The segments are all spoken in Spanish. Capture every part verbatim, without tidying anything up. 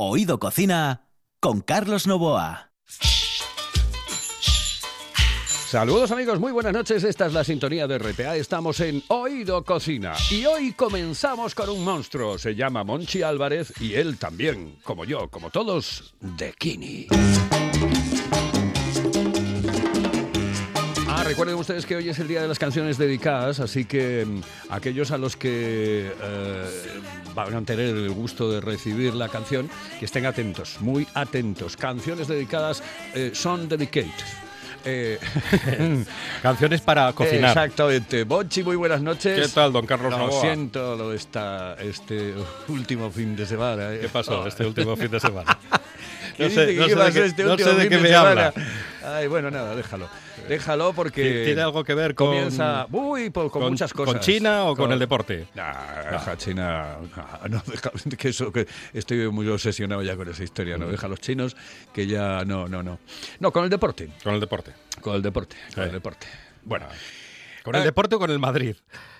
Oído Cocina con Carlos Novoa. Saludos amigos, muy buenas noches, esta es la sintonía de R T A, estamos en Oído Cocina y hoy comenzamos con un monstruo, se llama Monchi Álvarez y él también, como yo, como todos, de Kini. Ah, recuerden ustedes que hoy es el día de las canciones dedicadas, así que mmm, aquellos a los que eh, van a tener el gusto de recibir la canción, que estén atentos, muy atentos. Canciones dedicadas eh, son dedicated. Eh, Canciones para cocinar. Exactamente. Monchi, muy buenas noches. ¿Qué tal, don Carlos Lo Novoa? siento lo de esta, este último fin de semana. ¿eh? ¿Qué pasó este último fin de semana? ¿Qué No dice sé, que no sé iba a de ser qué- este no último sé de fin qué de me semana? habla. Ay, bueno, nada, déjalo. Déjalo porque... ¿Tiene algo que ver con, Comienza... Uy, pues, con, con- muchas cosas. con China o con el deporte? Nah, deja China... nah, no, deja, que eso, que estoy muy obsesionado ya con esa historia. No, deja a los chinos que ya... No, no, no. No, con el deporte. Con el deporte. Con el deporte. Con Sí. el deporte. Bueno... ¿Con el Eh, deporte o con el Madrid?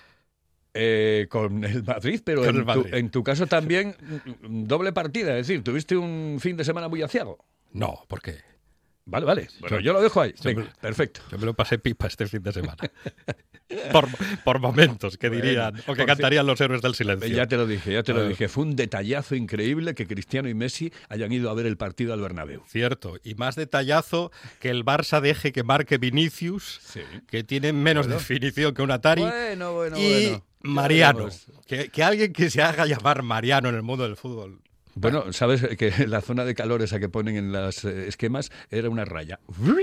Eh, con el Madrid, pero Con en, el Madrid. Tu, en tu caso también mm, doble partida, es decir, tuviste un fin de semana muy aciago. No, ¿por qué? Vale, vale, bueno, Sí. yo lo dejo ahí. Sí, Venga, me- perfecto. Yo me lo pasé pipa este fin de semana. por, por momentos, que Bueno, dirían, o por que cantarían los héroes del silencio. Ya te lo dije, ya te lo Ah. dije. Fue un detallazo increíble que Cristiano y Messi hayan ido a ver el partido al Bernabéu. Cierto, y más detallazo que el Barça deje que marque Vinicius, Sí. que tiene menos Bueno. definición que un Atari, Bueno, bueno, y bueno. Ya Mariano. veremos. Que, que alguien que se haga llamar Mariano en el mundo del fútbol. Bueno, sabes que la zona de calor esa que ponen en los eh, esquemas era una raya.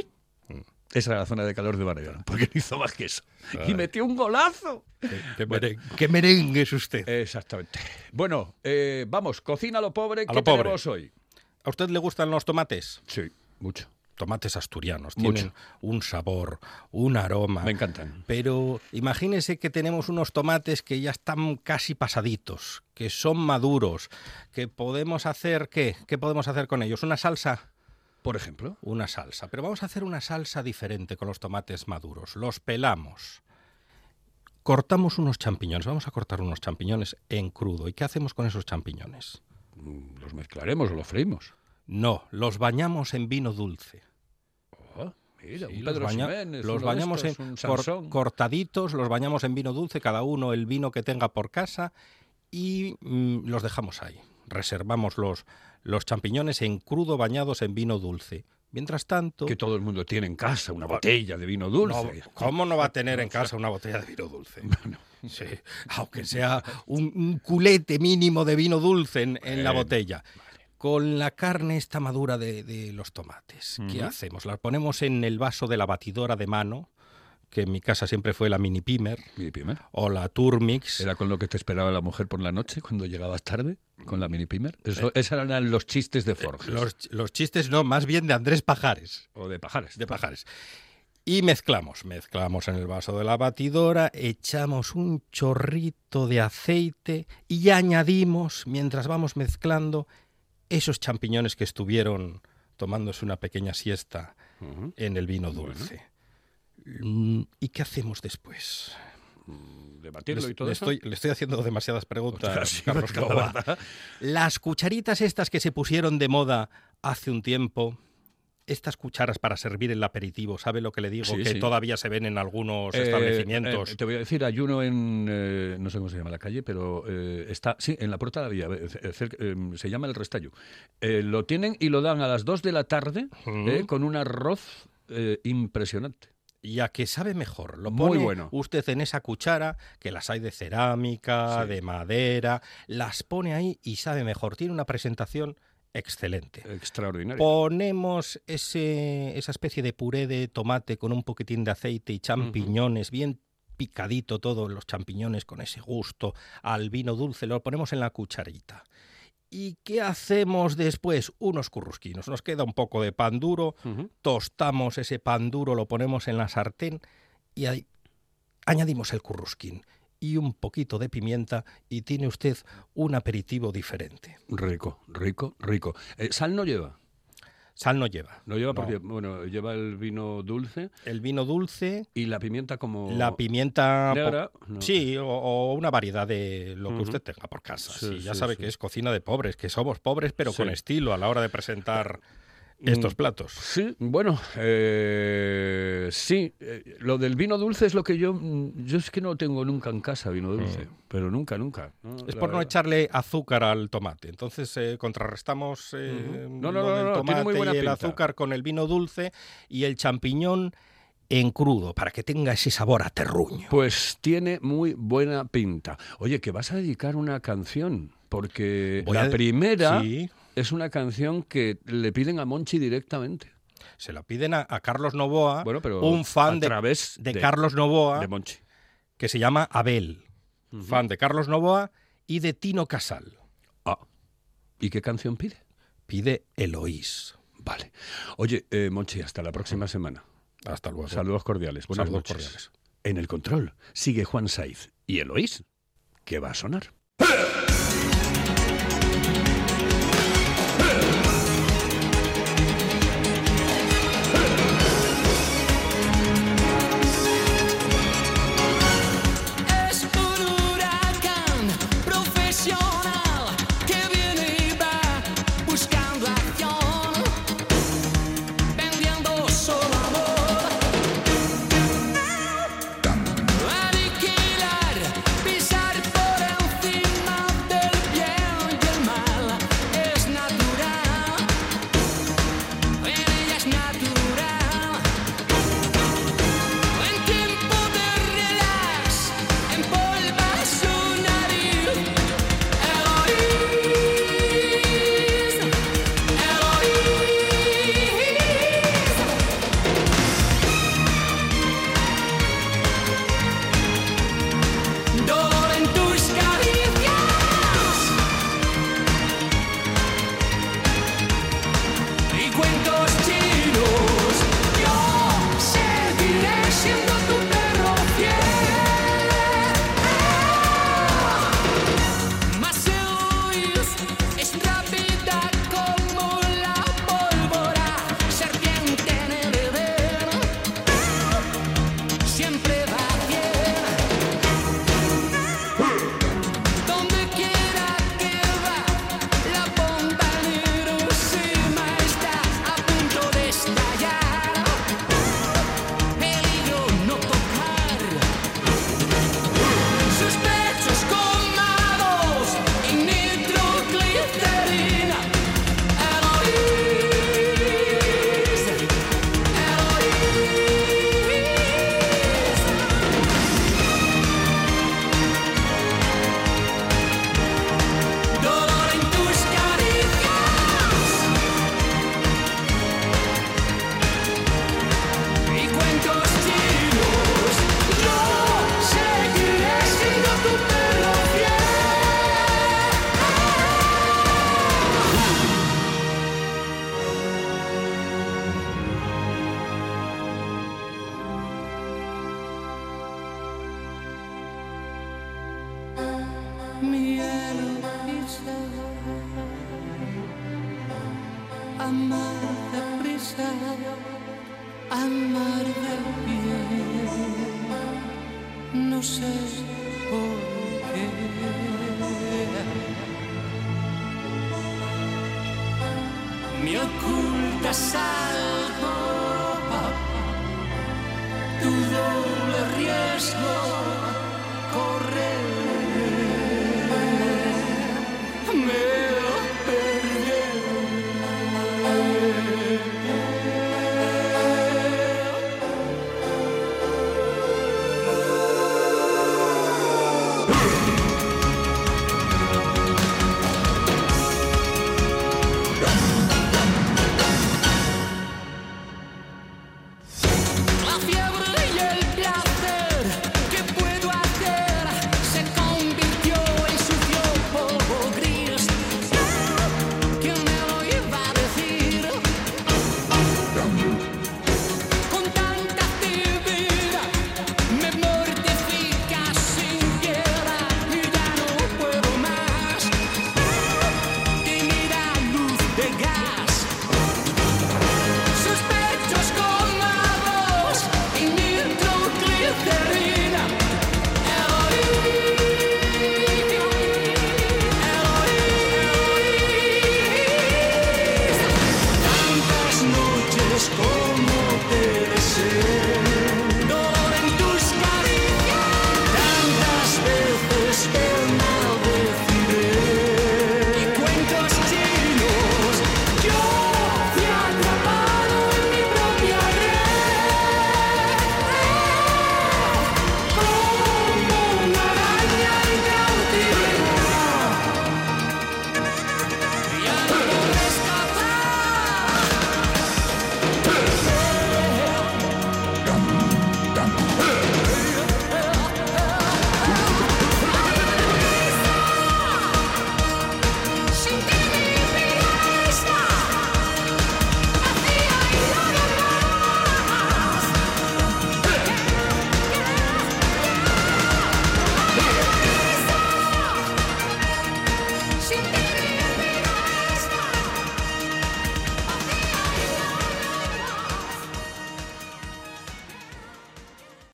Esa era la zona de calor de Mariano, porque no hizo más que eso. Y Ay. metió un golazo. Qué, qué meren- qué merengue es usted. Exactamente. Bueno, eh, vamos, cocina a lo pobre. A ¿Qué lo pobre. tenemos hoy? ¿A usted le gustan los tomates? Sí, mucho. Tomates asturianos. Mucho. Tienen un sabor, un aroma. Me encantan. Pero imagínese que tenemos unos tomates que ya están casi pasaditos, que son maduros, que podemos hacer, ¿qué? ¿Qué podemos hacer con ellos? ¿Una salsa? Por ejemplo. Una salsa. Pero vamos a hacer una salsa diferente con los tomates maduros. Los pelamos. Cortamos unos champiñones. Vamos a cortar unos champiñones en crudo. ¿Y qué hacemos con esos champiñones? Mm, Los mezclaremos o los freímos. No, los bañamos en vino dulce. Oh, mira, Sí, un los Pedro baña- Ximénez, los uno de bañamos estos, en un cor- Sansón. cortaditos, los bañamos en vino dulce, cada uno el vino que tenga por casa, y mm, los dejamos ahí. Reservamos los, los champiñones en crudo bañados en vino dulce. Mientras tanto... Que todo el mundo tiene en casa una botella de vino No, dulce. ¿cómo no va a tener en casa una botella de vino dulce? Sí, aunque sea un, un culete mínimo de vino dulce en, en la Bueno, botella. Con la carne esta madura de, de los tomates, ¿qué Ujú. hacemos? La ponemos en el vaso de la batidora de mano, que en mi casa siempre fue la Mini Pimer, Mini Pimer. o la Turmix. ¿Era con lo que te esperaba la mujer por la noche cuando llegabas tarde? ¿Con la Mini Pimer? Eso, esos eran los chistes de Forges. Los, los chistes no, más bien de Andrés Pajares. O de Pajares. De Pajares. Y mezclamos, mezclamos en el vaso de la batidora, echamos un chorrito de aceite y añadimos, mientras vamos mezclando, esos champiñones que estuvieron tomándose una pequeña siesta Ujú. en el vino dulce. Mm, ¿Y qué hacemos después? Debatirlo Le, y todo le eso. estoy, le estoy haciendo demasiadas preguntas, Ostras, sí, Carlos porque la Novoa. verdad- Las cucharitas estas que se pusieron de moda hace un tiempo, estas cucharas para servir el aperitivo, ¿sabe lo que le digo? Sí, que sí. todavía se ven en algunos Eh, establecimientos. eh, te voy a decir, hay uno en, eh, no sé cómo se llama la calle, pero eh, está, sí, en la Puerta de la Vía, eh, cerca- eh, se llama El Restallo. Eh, lo tienen y lo dan a las dos de la tarde Ujú. eh, con un arroz eh, impresionante. Y a que sabe mejor. Lo Muy pone bueno. usted en esa cuchara, que las hay de cerámica, Sí. de madera, las pone ahí y sabe mejor. Tiene una presentación excelente. Extraordinario. Ponemos ese, esa especie de puré de tomate con un poquitín de aceite y champiñones, bien picadito todo, los champiñones con ese gusto, al vino dulce, lo ponemos en la cucharita. ¿Y qué hacemos después? Unos currusquinos. Nos queda un poco de pan duro, Ujú. tostamos ese pan duro, lo ponemos en la sartén y ahí añadimos el currusquín y un poquito de pimienta y tiene usted un aperitivo diferente. Rico, rico, rico. Eh, ¿Sal no lleva? Sal no lleva. No lleva porque, no. bueno, lleva el vino dulce. El vino dulce. Y la pimienta como... La pimienta... negra. No. Sí, o, o una variedad de lo que uh-huh. usted tenga por casa. Sí, sí, ya sí, sabe sí. que es cocina de pobres, que somos pobres, pero sí. con estilo a la hora de presentar estos platos. Sí, bueno, eh, sí. Eh, lo del vino dulce es lo que yo... Yo es que no tengo nunca en casa vino dulce, mm. pero nunca, nunca. ¿no? Es la por verdad. no echarle azúcar al tomate. Entonces eh, contrarrestamos eh, uh-huh. no, no, lo no, del no, tomate muy buena y el pinta. azúcar con el vino dulce y el champiñón en crudo, para que tenga ese sabor a terruño. Pues tiene muy buena pinta. Oye, que vas a dedicar una canción, porque Voy la a... primera... Sí. Es una canción que le piden a Monchi directamente. Se la piden a, a Carlos Novoa, bueno, pero un fan a de, través de, de Carlos Novoa, de Monchi, que se llama Abel, uh-huh. fan de Carlos Novoa y de Tino Casal. Ah, ¿y qué canción pide? Pide Eloís. Vale. Oye, eh, Monchi, hasta la próxima semana. Hasta luego. Saludos cordiales. Buenas Saludos noches. cordiales. En el control sigue Juan Saiz y Eloís, que va a sonar. Mi Eloísa, amar deprisa, amar de pie, no sé por qué. Me ocultas algo, tu doble riesgo, correr. Me la fiebre y el placer que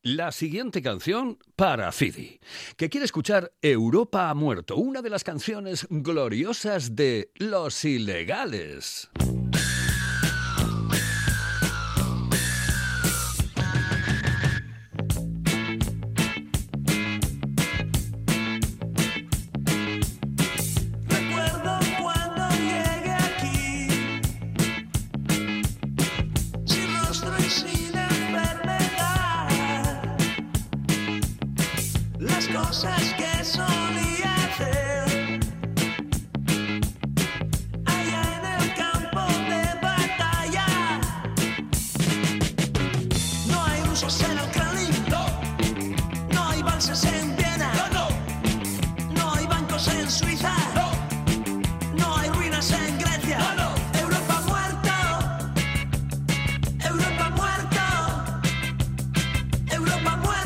La siguiente canción para Fidi, que quiere escuchar Europa ha muerto, una de las canciones gloriosas de Los Ilegales. Cosas que solía hacer allá en el campo de batalla. No hay rusos en el Kremlin, no, no hay valses en Viena, no, no, no hay bancos en Suiza, no, no hay ruinas en Grecia, no, no. Europa muerto, Europa muerto, Europa muerto.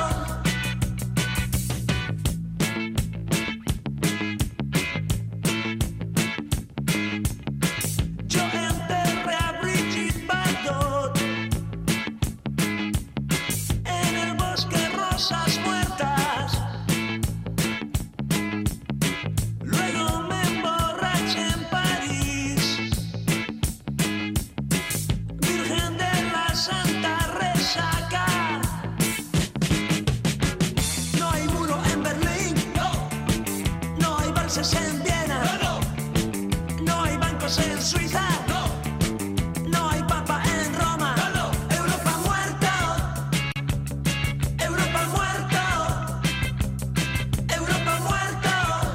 En Viena, no, no, no hay bancos en Suiza, no, no hay papa en Roma, no, no. Europa muerto, Europa muerto, Europa muerto.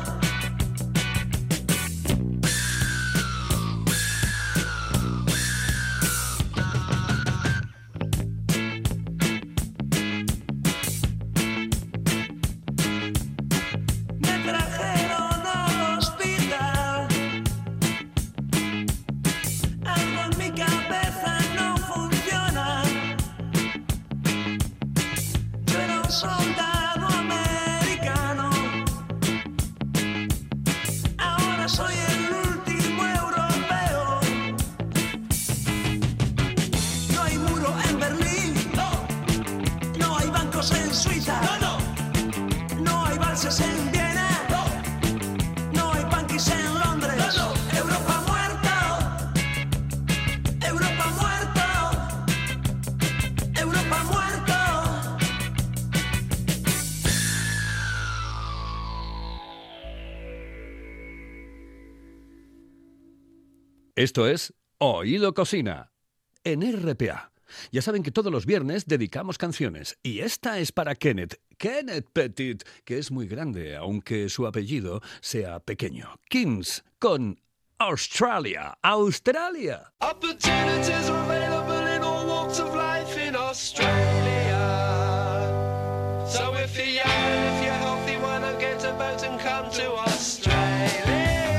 Me trajeron soldado americano, ahora soy el último europeo. No hay muro en Berlín, no, no hay bancos en Suiza, no, no, no hay valses en Viena, no, no hay punkis en Londres, no, no. Europa muerto, Europa muerto, Europa muerto. Esto es Oído Cocina, en R P A. Ya saben que todos los viernes dedicamos canciones, y esta es para Kenneth, Kenneth Petit, que es muy grande, aunque su apellido sea pequeño. Kings con Australia, Australia. Opportunities are available in all walks of life in Australia. So if you're young and if you're healthy, why not get a boat and come to Australia?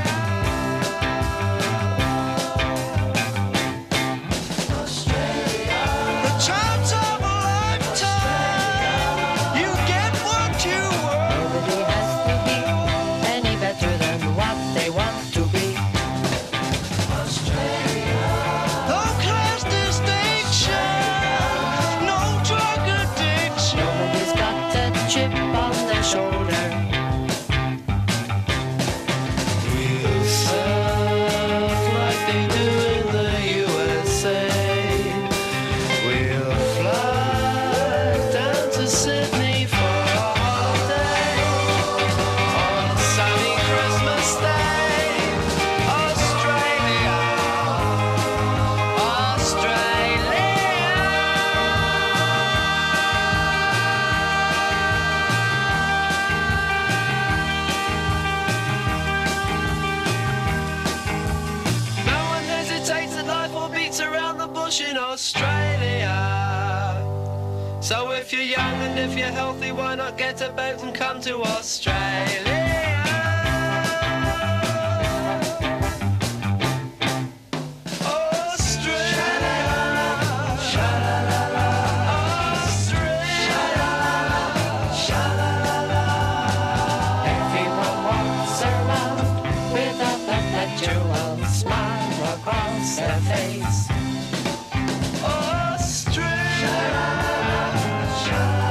In Australia. So if you're young and if you're healthy, why not get a boat and come to Australia? Australia.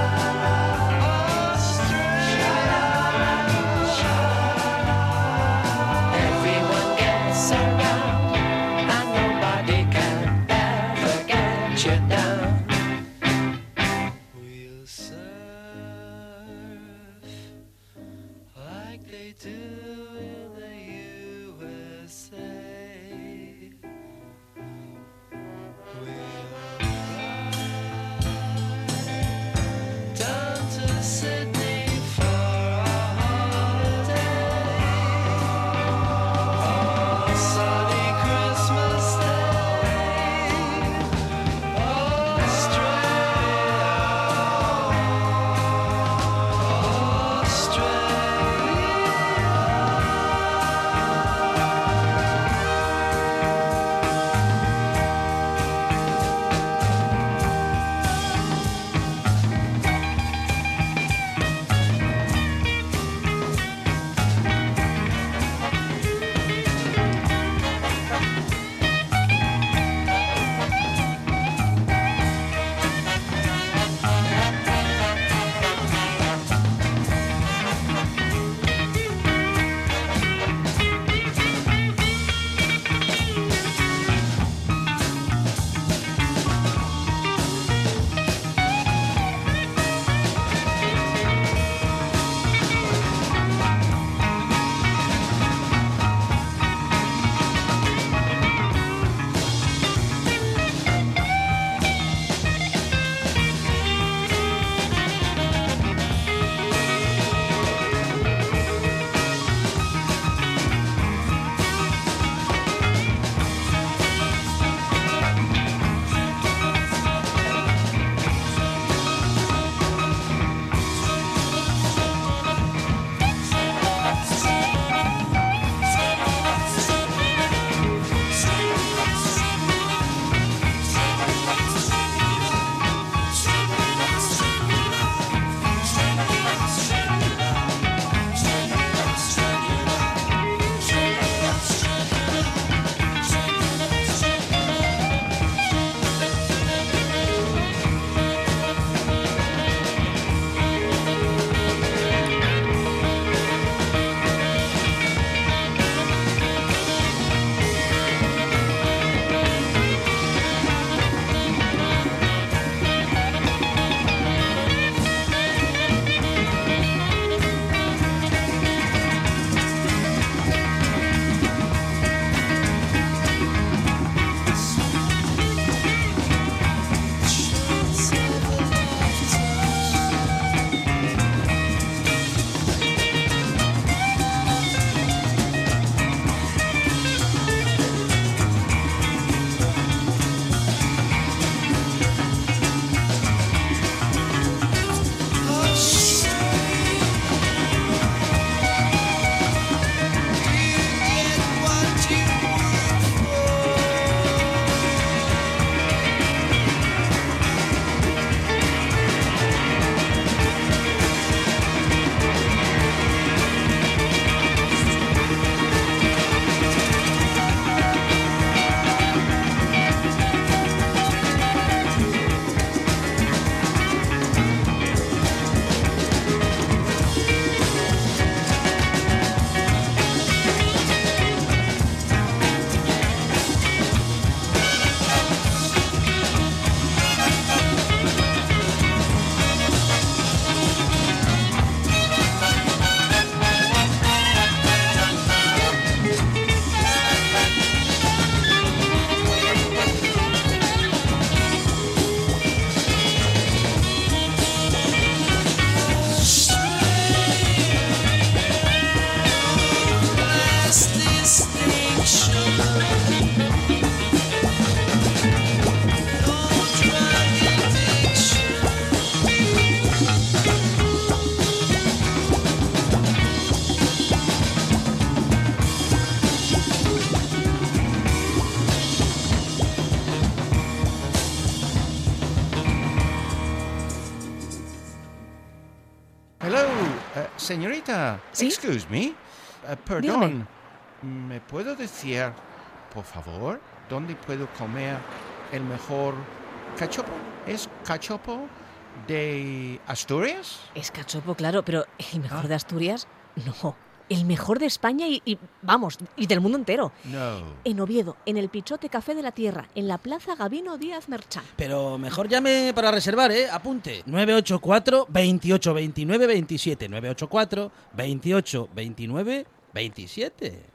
señorita, ¿Sí? excuse me. Uh, perdón. ¿Me puedo decir, por favor, dónde puedo comer el mejor cachopo? ¿Es cachopo de Asturias? Es cachopo, claro, pero el mejor Ah. de Asturias, no. El mejor de España y, y, vamos, y del mundo entero. No. En Oviedo, en el Pichote Café de la Tierra, en la Plaza Gabino Díaz Merchán. Pero mejor llame para reservar, ¿eh? Apunte. nueve ocho cuatro, veintiocho veintinueve veintisiete. nueve ocho cuatro, veintiocho veintinueve veintisiete.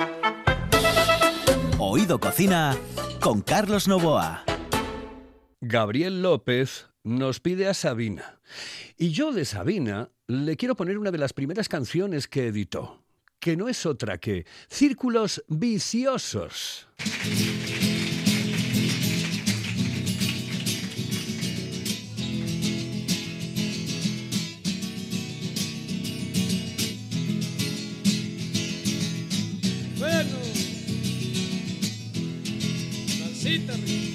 Oído Cocina con Carlos Novoa. Gabriel López nos pide a Sabina. Y yo de Sabina le quiero poner una de las primeras canciones que editó, que no es otra que Círculos Viciosos. Bueno, salsita rica.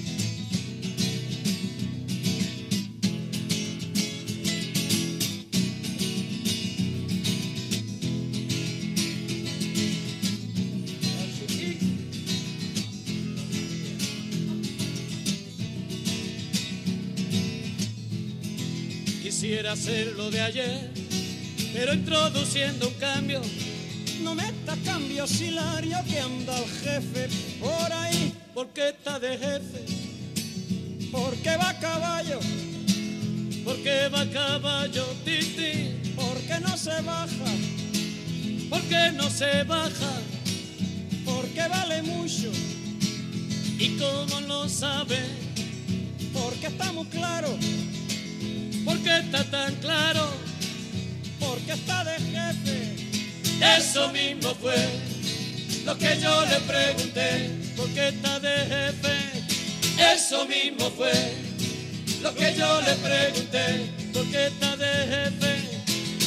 Quisiera hacerlo de ayer, pero introduciendo un cambio. No metas cambios, Hilario, que anda el jefe por ahí. ¿Por qué está de jefe? Porque va a caballo, ¿Por qué va a caballo, titi? porque no se baja, ¿Por qué no se baja? porque vale mucho, ¿Y cómo lo sabe? porque está muy claro, ¿Por qué está tan claro? porque está de jefe. Eso mismo fue lo que yo le pregunté. ¿Por qué está de jefe? Eso mismo fue lo que yo le pregunté. ¿Por qué está de jefe?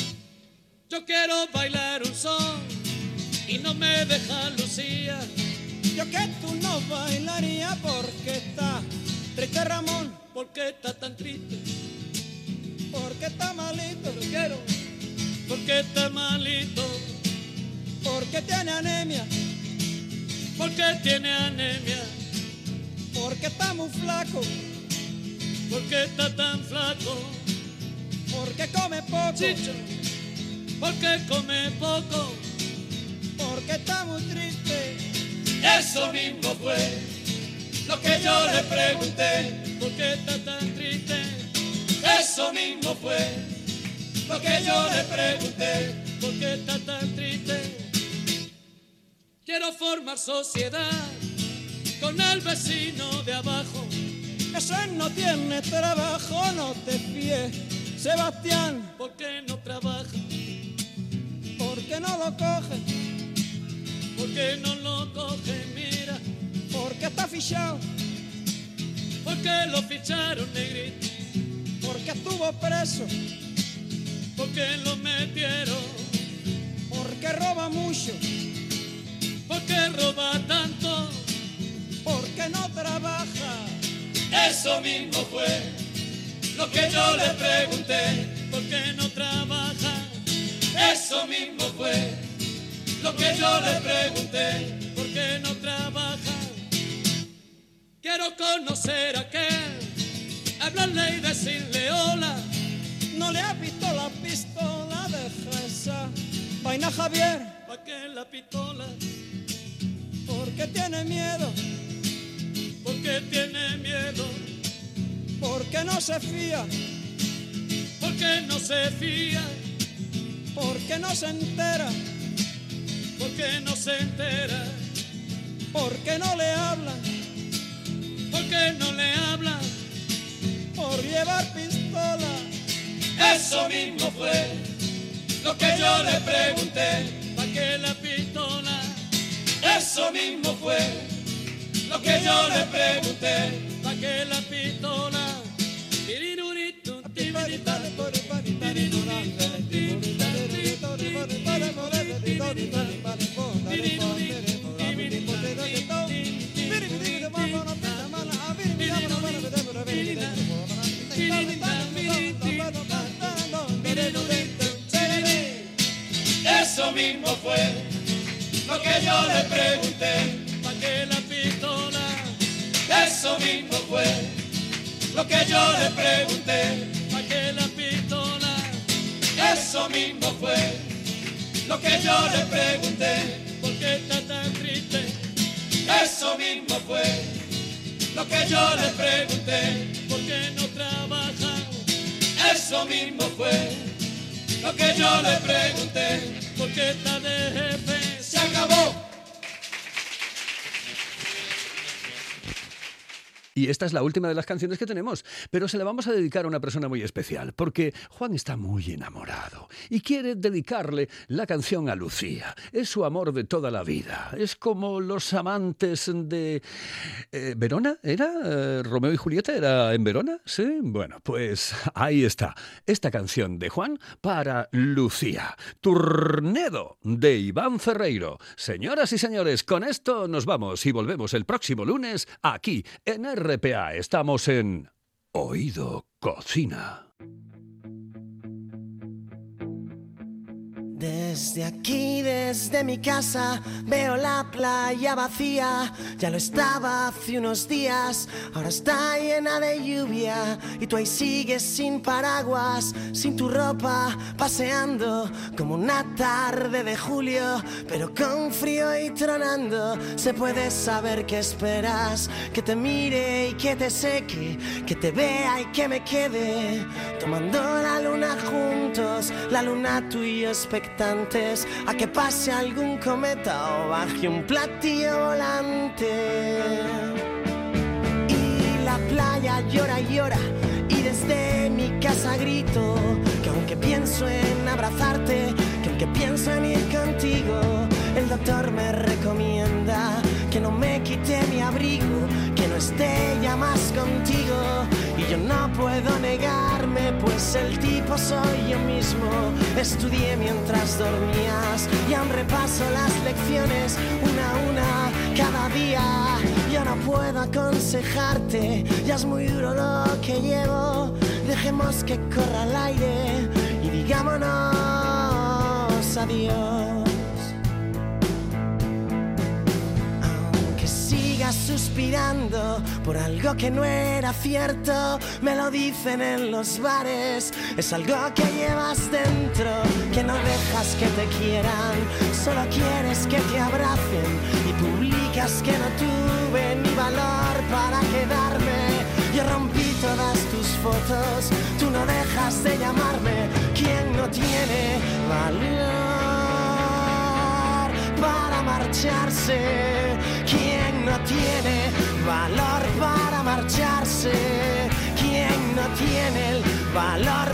Yo quiero bailar un son y no me deja Lucía. Yo que tú no bailaría porque está triste Ramón, ¿Por qué está tan triste? porque está malito, Lo quiero. ¿Por qué está malito? porque tiene anemia, ¿Por qué tiene anemia? porque está muy flaco, ¿Por qué está tan flaco? porque come poco, Chicho, ¿por qué come poco? porque está muy triste. Eso mismo fue lo que yo le pregunté. ¿Por qué está tan triste? Eso mismo fue lo que yo le pregunté. ¿Por qué está tan triste? Quiero formar sociedad con el vecino de abajo. Ese no tiene trabajo, no te fíes, Sebastián, ¿Por qué no trabaja? porque no lo coge, ¿Por qué no lo coge? Mira, porque está fichado, ¿por qué lo ficharon, negrito? porque estuvo preso, ¿Por qué lo metieron? porque roba mucho, ¿Por qué roba tanto? porque no trabaja. Eso mismo fue lo que yo le pregunté. ¿Por qué no trabaja? Eso mismo fue lo que yo le pregunté. ¿Por qué no trabaja? Quiero conocer a aquel, hablarle y decirle hola. No le has visto la pistola, deja esa vaina, Javier, ¿Para qué la pistola? porque tiene miedo, ¿Por qué tiene miedo? porque no se fía, ¿Por qué no se fía? porque no se entera, ¿Por qué no se entera? porque no le hablan, ¿Por qué no le habla? por llevar pistola. Eso mismo fue lo que yo le pregunté. ¿Para qué la pistola? Eso mismo fue lo que yo le pregunté. ¿Para qué la pistola? Tirirurito, tiririta, que yo le pregunté. ¿Pa' qué la pistola? Eso mismo fue lo que yo le pregunté. ¿Pa' qué la pistola? Eso mismo fue lo que yo le pregunté. ¿Por qué está tan triste? Eso mismo fue lo que yo le pregunté. ¿Por qué no trabaja? Eso mismo fue lo que yo le pregunté. ¿Por qué está de jefe? Se acabó. Y esta es la última de las canciones que tenemos, pero se la vamos a dedicar a una persona muy especial, porque Juan está muy enamorado y quiere dedicarle la canción a Lucía. Es su amor de toda la vida. Es como los amantes de... Eh, ¿Verona? ¿Era? Eh, ¿Romeo y Julieta? ¿Era en Verona? Sí. Bueno, pues ahí está. Esta canción de Juan para Lucía. Turnedo de Iván Ferreiro. Señoras y señores, con esto nos vamos y volvemos el próximo lunes aquí en R P A. Estamos en Oído Cocina. Desde aquí, desde mi casa, veo la playa vacía. Ya lo estaba hace unos días, ahora está llena de lluvia. Y tú ahí sigues sin paraguas, sin tu ropa, paseando como una tarde de julio, pero con frío y tronando. Se puede saber qué esperas, que te mire y que te seque, que te vea y que me quede, tomando la luna juntos, la luna tú y yo expectantes a que pase algún cometa o baje un platillo volante. Y la playa llora y llora, y desde mi casa grito que aunque pienso en abrazarte, que aunque pienso en ir contigo, el doctor me recomienda que no me quite mi abrigo, que no esté ya más contigo. Y yo no puedo negarme, pues el tipo soy yo mismo. Estudié mientras dormías y aún repaso las lecciones una a una cada día. Yo no puedo aconsejarte, ya es muy duro lo que llevo. Dejemos que corra el aire y digámonos adiós. Suspirando por algo que no era cierto, me lo dicen en los bares. Es algo que llevas dentro, que no dejas que te quieran, solo quieres que te abracen. Y publicas que no tuve ni valor para quedarme. Yo rompí todas tus fotos, tú no dejas de llamarme. ¿Quién no tiene valor para marcharse? ¿Quién no tiene valor para marcharse? ¿Quién no tiene el valor